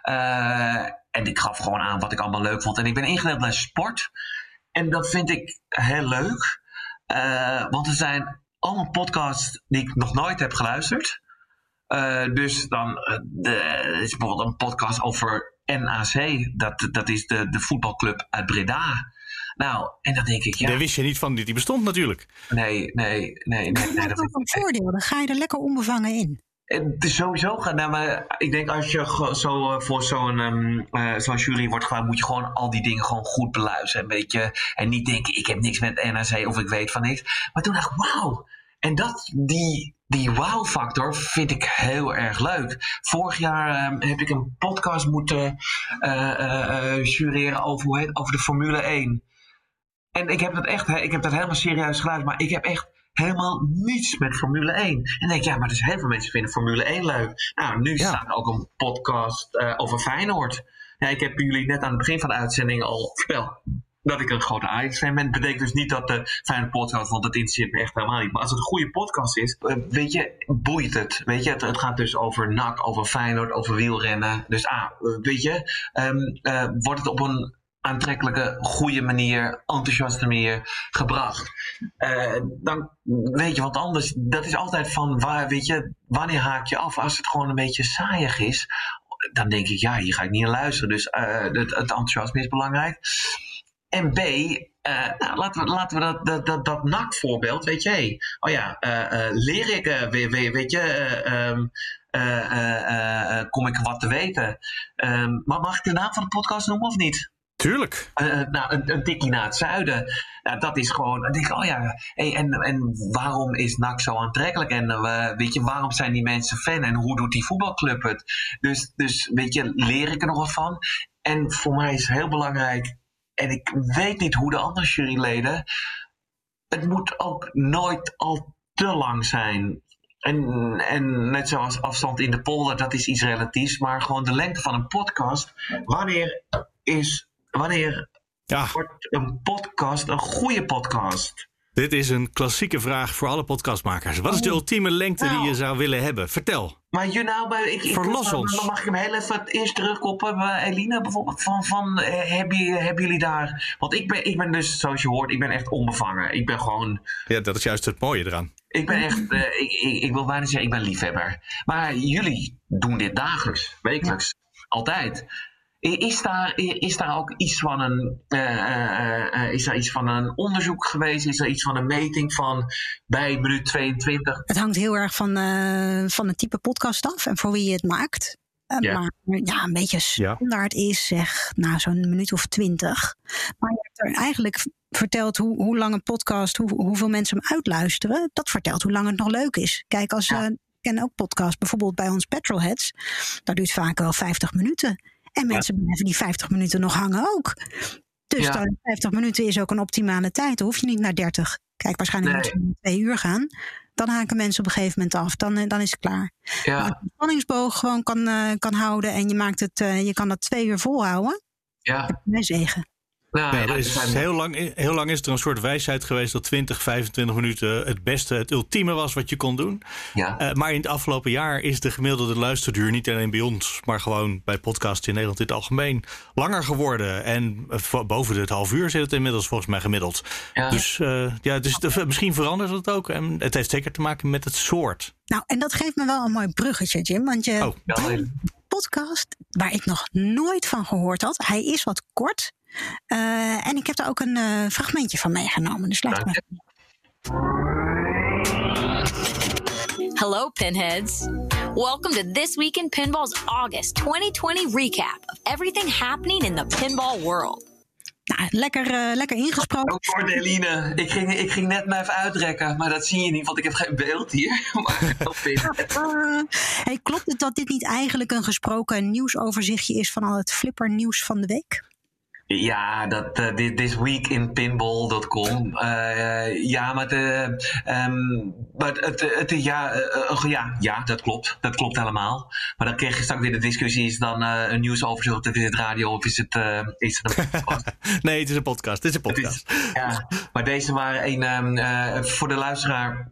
S3: En ik gaf gewoon aan wat ik allemaal leuk vond. En ik ben ingedeeld bij sport. En dat vind ik heel leuk. Want er zijn allemaal podcasts die ik nog nooit heb geluisterd. Dus dan is bijvoorbeeld een podcast over NAC. Dat is de voetbalclub uit Breda. Nou, en dan denk ik, ja...
S1: Daar wist je niet van die bestond natuurlijk.
S3: Nee.
S2: Dat is ook een voordeel. Dan ga je er lekker onbevangen in.
S3: Het is sowieso gaan. Nou, maar ik denk als je voor zo'n jury wordt gevraagd, moet je gewoon al die dingen gewoon goed beluisteren. Een beetje, en niet denken, ik heb niks met NAC of ik weet van niks. Maar toen dacht ik, wauw. En die wow-factor vind ik heel erg leuk. Vorig jaar heb ik een podcast moeten jureren over de Formule 1. En ik heb dat helemaal serieus geluisterd, maar ik heb echt helemaal niets met Formule 1. En dan denk ik, ja, maar dus heel veel mensen vinden Formule 1 leuk. Nou, nu staat er ook een podcast over Feyenoord. Ja, ik heb jullie net aan het begin van de uitzending al verteld dat ik een grote Ajax-fan ben. Dat betekent dus niet dat de Feyenoord podcast, want dat interesseert me echt helemaal niet. Maar als het een goede podcast is, weet je, boeit het. Weet je, het gaat dus over NAC, over Feyenoord, over wielrennen. Dus weet je, wordt het op een aantrekkelijke, goede manier, enthousiaste manier gebracht. Dan weet je wat anders. Dat is altijd van, wanneer haak je af? Als het gewoon een beetje saaiig is, dan denk ik, ja, hier ga ik niet naar luisteren. Dus het enthousiasme is belangrijk. En B, laten we dat NAC-voorbeeld, weet je, leer ik weet je, kom ik wat te weten. Maar mag ik de naam van de podcast noemen of niet?
S1: Tuurlijk.
S3: Een tikkie naar het zuiden. Nou, dat is gewoon... Dan denk ik, en waarom is NAC zo aantrekkelijk? En weet je, waarom zijn die mensen fan? En hoe doet die voetbalclub het? Dus weet je, leer ik er nog wat van? En voor mij is het heel belangrijk... En ik weet niet hoe de andere juryleden... Het moet ook nooit al te lang zijn. En net zoals afstand in de polder, dat is iets relatiefs. Maar gewoon de lengte van een podcast. Wanneer wordt een podcast een goede podcast?
S1: Dit is een klassieke vraag voor alle podcastmakers. Wat is de ultieme lengte die je zou willen hebben? Vertel.
S3: Maar
S1: verlos ons.
S3: Dan mag ik hem heel even eerst terugkoppelen. Eline bijvoorbeeld. Hebben jullie daar... Want ik ben dus, zoals je hoort, ik ben echt onbevangen. Ik ben gewoon...
S1: Ja, dat is juist het mooie eraan.
S3: Ik ben echt... ik wil bijna zeggen, ik ben liefhebber. Maar jullie doen dit dagelijks, wekelijks. Altijd. Is daar ook iets van een onderzoek geweest? Is er iets van een meting van bij minuut 22?
S2: Het hangt heel erg van het type podcast af en voor wie je het maakt. Maar ja, een beetje standaard is zo'n minuut of 20. Maar je hebt er eigenlijk vertelt hoe lang een podcast, hoeveel mensen hem uitluisteren. Dat vertelt hoe lang het nog leuk is. Kijk, ik ken ook podcasts, bijvoorbeeld bij ons Petrolheads. Dat duurt vaak wel 50 minuten. En mensen blijven die 50 minuten nog hangen ook. Dus dan 50 minuten is ook een optimale tijd. Dan hoef je niet naar 30. Kijk, waarschijnlijk moet je 2 uur gaan. Dan haken mensen op een gegeven moment af. Dan is het klaar. Ja. Als je de spanningsboog gewoon kan houden en je kan dat 2 uur volhouden. Ja. Heb je mijn zegen.
S3: Nou,
S1: Ja, er is heel lang is er een soort wijsheid geweest dat 20, 25 minuten het beste, het ultieme was wat je kon doen.
S3: Ja.
S1: Maar in het afgelopen jaar is de gemiddelde luisterduur, niet alleen bij ons, maar gewoon bij podcasts in Nederland in het algemeen, langer geworden. En boven het half uur zit het inmiddels volgens mij gemiddeld.
S3: Ja.
S1: Dus, misschien verandert het ook. En het heeft zeker te maken met het soort.
S2: Nou, en dat geeft me wel een mooi bruggetje, Jim. Want je podcast waar ik nog nooit van gehoord had. Hij is wat kort. En ik heb daar ook een fragmentje van meegenomen. Dus laat maar.
S8: Hello, Pinheads. Welcome to This Week in Pinball's August 2020 recap of everything happening in the pinball world.
S2: Nou, lekker ingesproken.
S3: Ook voor Eline. Ik ging net maar even uitrekken, maar dat zie je niet, want ik heb geen beeld hier.
S2: Hey, klopt het dat dit niet eigenlijk een gesproken nieuwsoverzichtje is van al het flippernieuws van de week?
S3: Ja, This Week in Pinball.com. Dat klopt. Dat klopt helemaal. Maar dan kreeg je straks weer de discussie: is dan een nieuwsoverzicht, of is het radio, of is het een podcast?
S1: Nee, het is een podcast.
S3: Maar deze waren voor de luisteraar.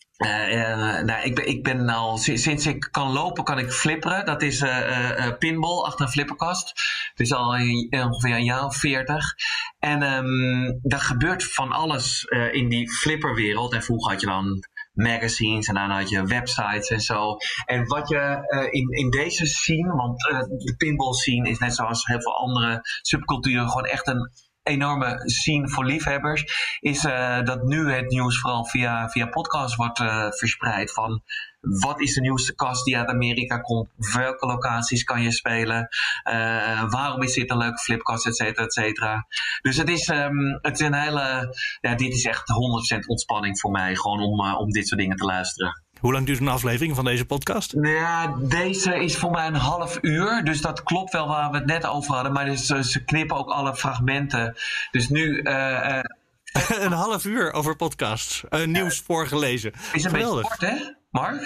S3: Ik ben al sinds ik kan lopen, kan ik flipperen. Dat is pinball achter een flipperkast. Het is al ongeveer een jaar of 40. En er gebeurt van alles in die flipperwereld. En vroeger had je dan magazines en dan had je websites en zo. En wat je in deze scene, want de pinball scene is net zoals heel veel andere subculturen gewoon echt een enorme scene voor liefhebbers, is dat nu het nieuws vooral via podcast wordt verspreid. Van wat is de nieuwste kast die uit Amerika komt? Welke locaties kan je spelen? Waarom is dit een leuke flipkast? Et cetera, et cetera. Dus het is een hele. Ja, dit is echt 100% ontspanning voor mij. Gewoon om dit soort dingen te luisteren.
S1: Hoe lang duurt een aflevering van deze podcast?
S3: Ja, deze is voor mij een half uur. Dus dat klopt wel waar we het net over hadden. Maar dus, ze knippen ook alle fragmenten. Dus nu.
S1: Een half uur over podcasts. Nieuws voorgelezen.
S3: Is een beetje kort, hè, Mark?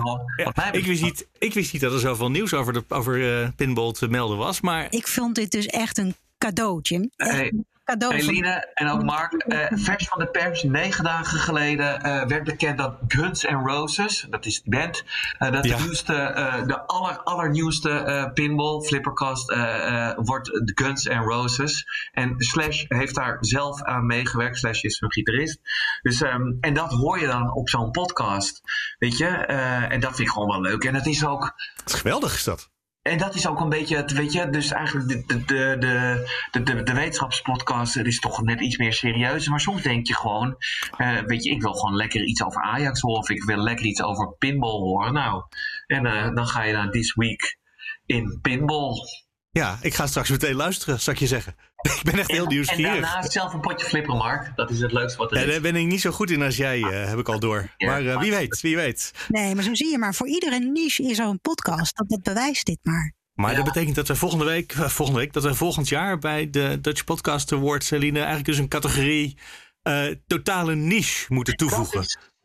S1: Ik wist niet dat er zoveel nieuws over pinball te melden was. Maar
S2: ik vond dit dus echt een cadeau, Jim.
S3: Eline en ook Mark, vers van de pers, 9 dagen geleden werd bekend dat Guns N' Roses, dat is die band, de allernieuwste pinball flipperkast wordt de Guns N' Roses. En Slash heeft daar zelf aan meegewerkt. Slash is een gitarist. Dus, en dat hoor je dan op zo'n podcast, weet je. En dat vind ik gewoon wel leuk. En het is ook.
S1: Het is geweldig, is dat.
S3: En dat is ook een beetje, weet je, dus eigenlijk de wetenschapspodcast is toch net iets meer serieus. Maar soms denk je gewoon, weet je, ik wil gewoon lekker iets over Ajax horen. Of ik wil lekker iets over pinball horen. Nou, en dan ga je naar This Week in Pinball.
S1: Ja, ik ga straks meteen luisteren, zal ik je zeggen. Ik ben echt heel nieuwsgierig.
S3: En daarna zelf een potje flipperen, Mark. Dat is het leukste wat er is.
S1: Daar ben ik niet zo goed in als jij, heb ik al door. Ja, maar wie weet.
S2: Nee, maar zo zie je maar. Voor iedere niche is er een podcast. Dat bewijst dit maar.
S1: Maar dat betekent dat we volgend jaar bij de Dutch Podcast Awards, Eline, eigenlijk dus een categorie totale niche moeten toevoegen.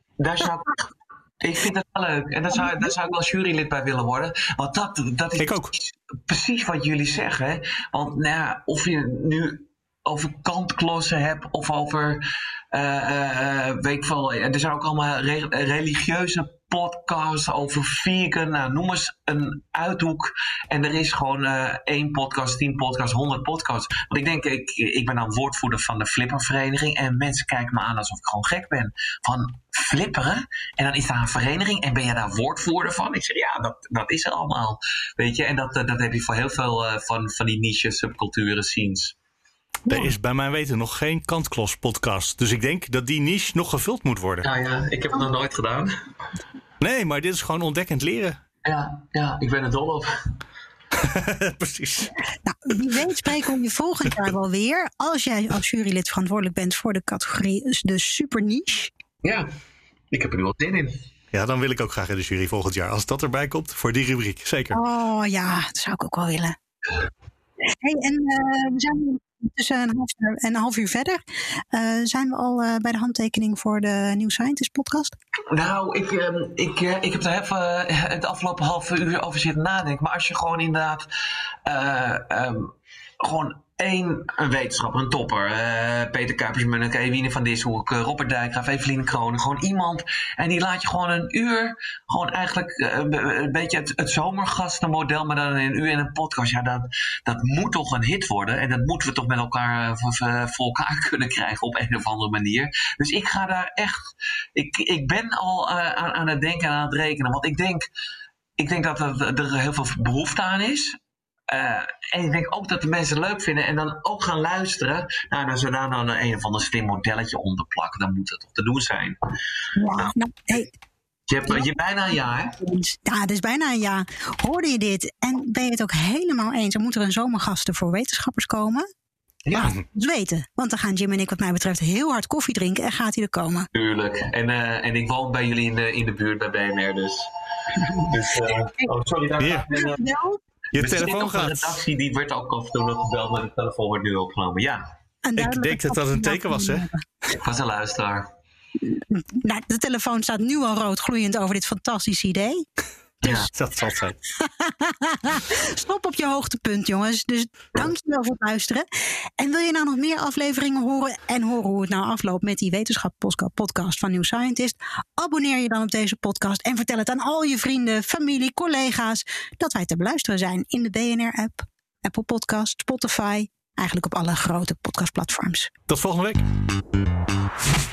S3: Ik vind dat wel leuk. En daar zou ik wel jurylid bij willen worden. Want dat is
S1: ik ook.
S3: Precies wat jullie zeggen. Hè? Want nou ja, of je nu over kantklossen hebt of over weet ik veel. Er zijn ook allemaal religieuze podcasts over vegan. Nou, noem eens een uithoek. En er is gewoon 1 podcast, 10 podcasts, 100 podcasts. Want ik denk, ik ben dan woordvoerder van de flippervereniging. En mensen kijken me aan alsof ik gewoon gek ben. Van flipperen? En dan is daar een vereniging. En ben je daar woordvoerder van? Ik zeg, ja, dat is er allemaal. Weet je, en dat heb je voor heel veel van die niche subculturen scenes.
S1: Er is bij mijn weten nog geen Kantklos podcast. Dus ik denk dat die niche nog gevuld moet worden.
S3: Ja, ik heb het nog nooit gedaan.
S1: Nee, maar dit is gewoon ontdekkend leren.
S3: Ja, ik ben er dol op.
S1: Precies.
S2: Nou, wie weet spreken we je volgend jaar wel weer. Als jij als jurylid verantwoordelijk bent voor de categorie de super niche.
S3: Ja, ik heb er nu wel zin in.
S1: Ja, dan wil ik ook graag in de jury volgend jaar. Als dat erbij komt, voor die rubriek, zeker.
S2: Oh ja, dat zou ik ook wel willen. Hey, en we zijn tussen een half uur verder. Zijn we al bij de handtekening voor de New Scientist podcast?
S3: Nou, ik heb er even het afgelopen half uur over zitten nadenken. Maar als je gewoon inderdaad gewoon een wetenschapper, een topper. Peter Kuipers-Munneke, Ewine van Dishoek, Robert Dijkgraaf, Eveline Kroon. Gewoon iemand. En die laat je gewoon een uur, gewoon eigenlijk een beetje het zomergastenmodel, maar dan een uur in een podcast. Ja, dat moet toch een hit worden. En dat moeten we toch met elkaar voor elkaar kunnen krijgen op een of andere manier. Dus ik ga daar echt... Ik ben al aan het denken en aan het rekenen. Want ik denk dat er heel veel behoefte aan is. En ik denk ook dat de mensen het leuk vinden en dan ook gaan luisteren. Nou, als we daar dan een of ander slim modelletje onder plakken, dan moet dat toch te doen zijn.
S2: Ja, hey.
S3: Je hebt bijna een jaar.
S2: Ja, het is bijna een jaar. Hoorde je dit? En ben je het ook helemaal eens? Er moet er een zomergasten voor wetenschappers komen?
S3: Ja.
S2: Dus weten. Want dan gaan Jim en ik wat mij betreft heel hard koffie drinken en gaat hij er komen.
S3: Tuurlijk. En ik woon bij jullie in de buurt bij BNR dus. Sorry, daar gaat
S1: je telefoon
S3: gaat. De redactie die werd ook af en toe nog gebeld, maar de telefoon wordt nu opgenomen. Ja.
S1: Ik denk dat dat een teken was, hè?
S3: Ik was een luisteraar.
S2: Nou, de telefoon staat nu al rood gloeiend over dit fantastische idee.
S1: Ja, dat zal zijn.
S2: Stop op je hoogtepunt, jongens. Dus dankjewel voor het luisteren. En wil je nou nog meer afleveringen horen en horen hoe het nou afloopt met die wetenschap-podcast van New Scientist? Abonneer je dan op deze podcast en vertel het aan al je vrienden, familie, collega's dat wij te beluisteren zijn in de BNR-app, Apple Podcast, Spotify, eigenlijk op alle grote podcastplatforms.
S1: Tot volgende week.